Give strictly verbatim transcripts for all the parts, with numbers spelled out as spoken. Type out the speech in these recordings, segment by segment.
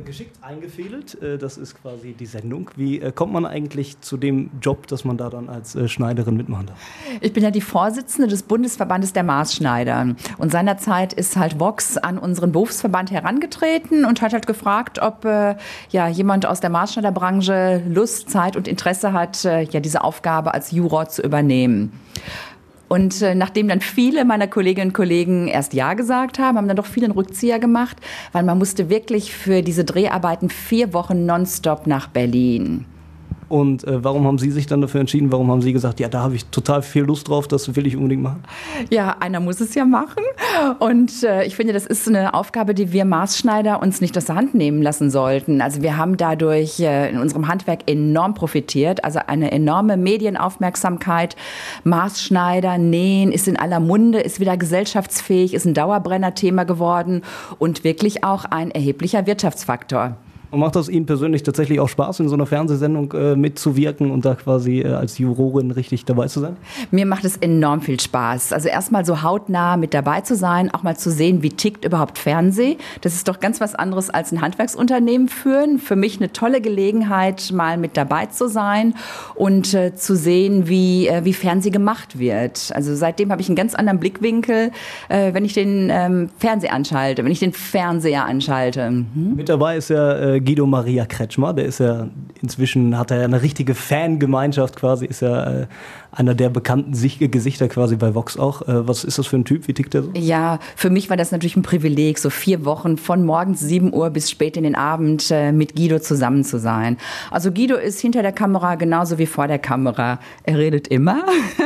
geschickt eingefädelt. Äh, das ist quasi die Sendung. Wie äh, kommt man eigentlich zu dem Job, dass man da dann als äh, Schneiderin mitmachen darf? Ich bin ja die Vorsitzende des Bundesverbandes der Maßschneider. Und seinerzeit ist halt Vox an unseren Berufsverband herangetreten und hat halt gefragt, ob äh, ja, jemand aus der Maßschneiderbranche Lust, Zeit und Interesse hat, äh, ja, diese Aufgabe als Juror zu übernehmen. Und äh, nachdem dann viele meiner Kolleginnen und Kollegen erst Ja gesagt haben, haben dann doch viele einen Rückzieher gemacht, weil man musste wirklich für diese Dreharbeiten vier Wochen nonstop nach Berlin. Und äh, warum haben Sie sich dann dafür entschieden? Warum haben Sie gesagt, ja, da habe ich total viel Lust drauf, das will ich unbedingt machen? Ja, einer muss es ja machen. Und äh, ich finde, das ist eine Aufgabe, die wir Maßschneider uns nicht aus der Hand nehmen lassen sollten. Also wir haben dadurch äh, in unserem Handwerk enorm profitiert. Also eine enorme Medienaufmerksamkeit. Maßschneider, Nähen ist in aller Munde, ist wieder gesellschaftsfähig, ist ein Dauerbrenner-Thema geworden und wirklich auch ein erheblicher Wirtschaftsfaktor. Und macht das Ihnen persönlich tatsächlich auch Spaß, in so einer Fernsehsendung äh, mitzuwirken und da quasi äh, als Jurorin richtig dabei zu sein? Mir macht es enorm viel Spaß. Also erstmal so hautnah mit dabei zu sein, auch mal zu sehen, wie tickt überhaupt Fernseh. Das ist doch ganz was anderes als ein Handwerksunternehmen führen. Für mich eine tolle Gelegenheit, mal mit dabei zu sein und äh, zu sehen, wie, äh, wie Fernseh gemacht wird. Also seitdem habe ich einen ganz anderen Blickwinkel, äh, wenn ich den ähm, Fernseher anschalte, wenn ich den Fernseher anschalte. Hm? Mit dabei ist ja äh, Guido Maria Kretschmer, der ist ja inzwischen, hat er ja eine richtige Fangemeinschaft quasi, ist ja äh, einer der bekannten Gesichter quasi bei Vox auch. Äh, was ist das für ein Typ? Wie tickt der so? Ja, für mich war das natürlich ein Privileg, so vier Wochen von morgens sieben Uhr bis spät in den Abend äh, mit Guido zusammen zu sein. Also Guido ist hinter der Kamera genauso wie vor der Kamera. Er redet immer.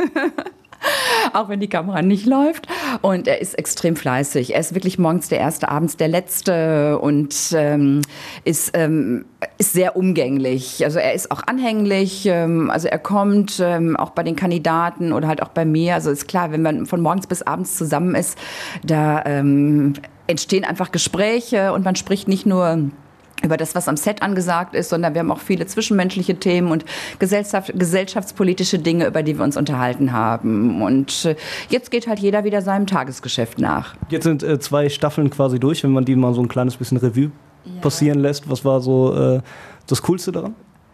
Auch wenn die Kamera nicht läuft. Und er ist extrem fleißig. Er ist wirklich morgens der Erste, abends der Letzte und ähm, ist, ähm, ist sehr umgänglich. Also er ist auch anhänglich. Ähm, also er kommt ähm, auch bei den Kandidaten oder halt auch bei mir. Also ist klar, wenn man von morgens bis abends zusammen ist, da ähm, entstehen einfach Gespräche und man spricht nicht nur über das, was am Set angesagt ist, sondern wir haben auch viele zwischenmenschliche Themen und Gesellschaft, gesellschaftspolitische Dinge, über die wir uns unterhalten haben. Und äh, jetzt geht halt jeder wieder seinem Tagesgeschäft nach. Jetzt sind äh, zwei Staffeln quasi durch, wenn man die mal so ein kleines bisschen Revue ja. passieren lässt. Was war so äh, das Coolste daran?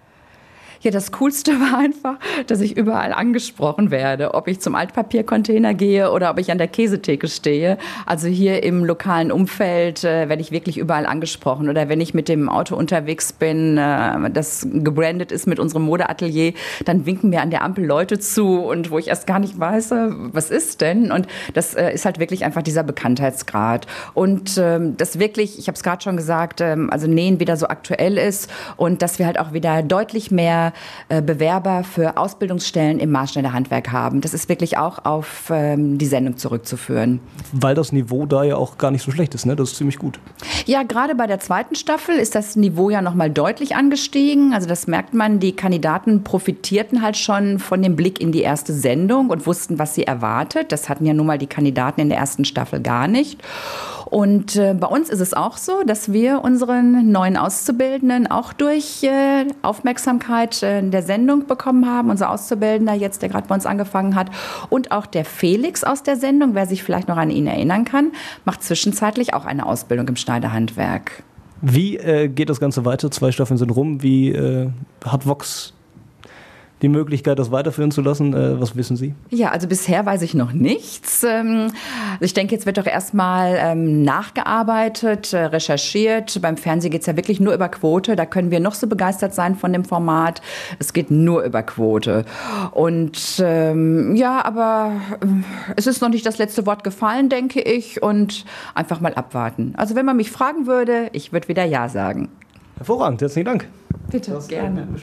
Ja, das Coolste war einfach, dass ich überall angesprochen werde, ob ich zum Altpapiercontainer gehe oder ob ich an der Käsetheke stehe. Also hier im lokalen Umfeld äh, werde ich wirklich überall angesprochen. Oder wenn ich mit dem Auto unterwegs bin, äh, das gebrandet ist mit unserem Modeatelier, dann winken mir an der Ampel Leute zu und wo ich erst gar nicht weiß, was ist denn? Und das äh, ist halt wirklich einfach dieser Bekanntheitsgrad. Und ähm, das wirklich, ich habe es gerade schon gesagt, ähm, also Nähen wieder so aktuell ist und dass wir halt auch wieder deutlich mehr Bewerber für Ausbildungsstellen im Maßschneiderhandwerk haben. Das ist wirklich auch auf ähm, die Sendung zurückzuführen. Weil das Niveau da ja auch gar nicht so schlecht ist, ne? Das ist ziemlich gut. Ja, gerade bei der zweiten Staffel ist das Niveau ja nochmal deutlich angestiegen. Also das merkt man, die Kandidaten profitierten halt schon von dem Blick in die erste Sendung und wussten, was sie erwartet. Das hatten ja nun mal die Kandidaten in der ersten Staffel gar nicht. Und äh, bei uns ist es auch so, dass wir unseren neuen Auszubildenden auch durch äh, Aufmerksamkeit äh, der Sendung bekommen haben. Unser Auszubildender jetzt, der gerade bei uns angefangen hat. Und auch der Felix aus der Sendung, wer sich vielleicht noch an ihn erinnern kann, macht zwischenzeitlich auch eine Ausbildung im Schneiderhandwerk. Wie äh, geht das Ganze weiter? Zwei Staffeln sind rum. Wie äh, hat Vox die Möglichkeit, das weiterführen zu lassen? Äh, was wissen Sie? Ja, also bisher weiß ich noch nichts. Ähm, ich denke, jetzt wird doch erstmal ähm, nachgearbeitet, äh, recherchiert. Beim Fernsehen geht es ja wirklich nur über Quote. Da können wir noch so begeistert sein von dem Format. Es geht nur über Quote. Und ähm, ja, aber äh, es ist noch nicht das letzte Wort gefallen, denke ich. Und einfach mal abwarten. Also wenn man mich fragen würde, ich würde wieder Ja sagen. Hervorragend, herzlichen Dank. Bitte, das, gerne. Äh,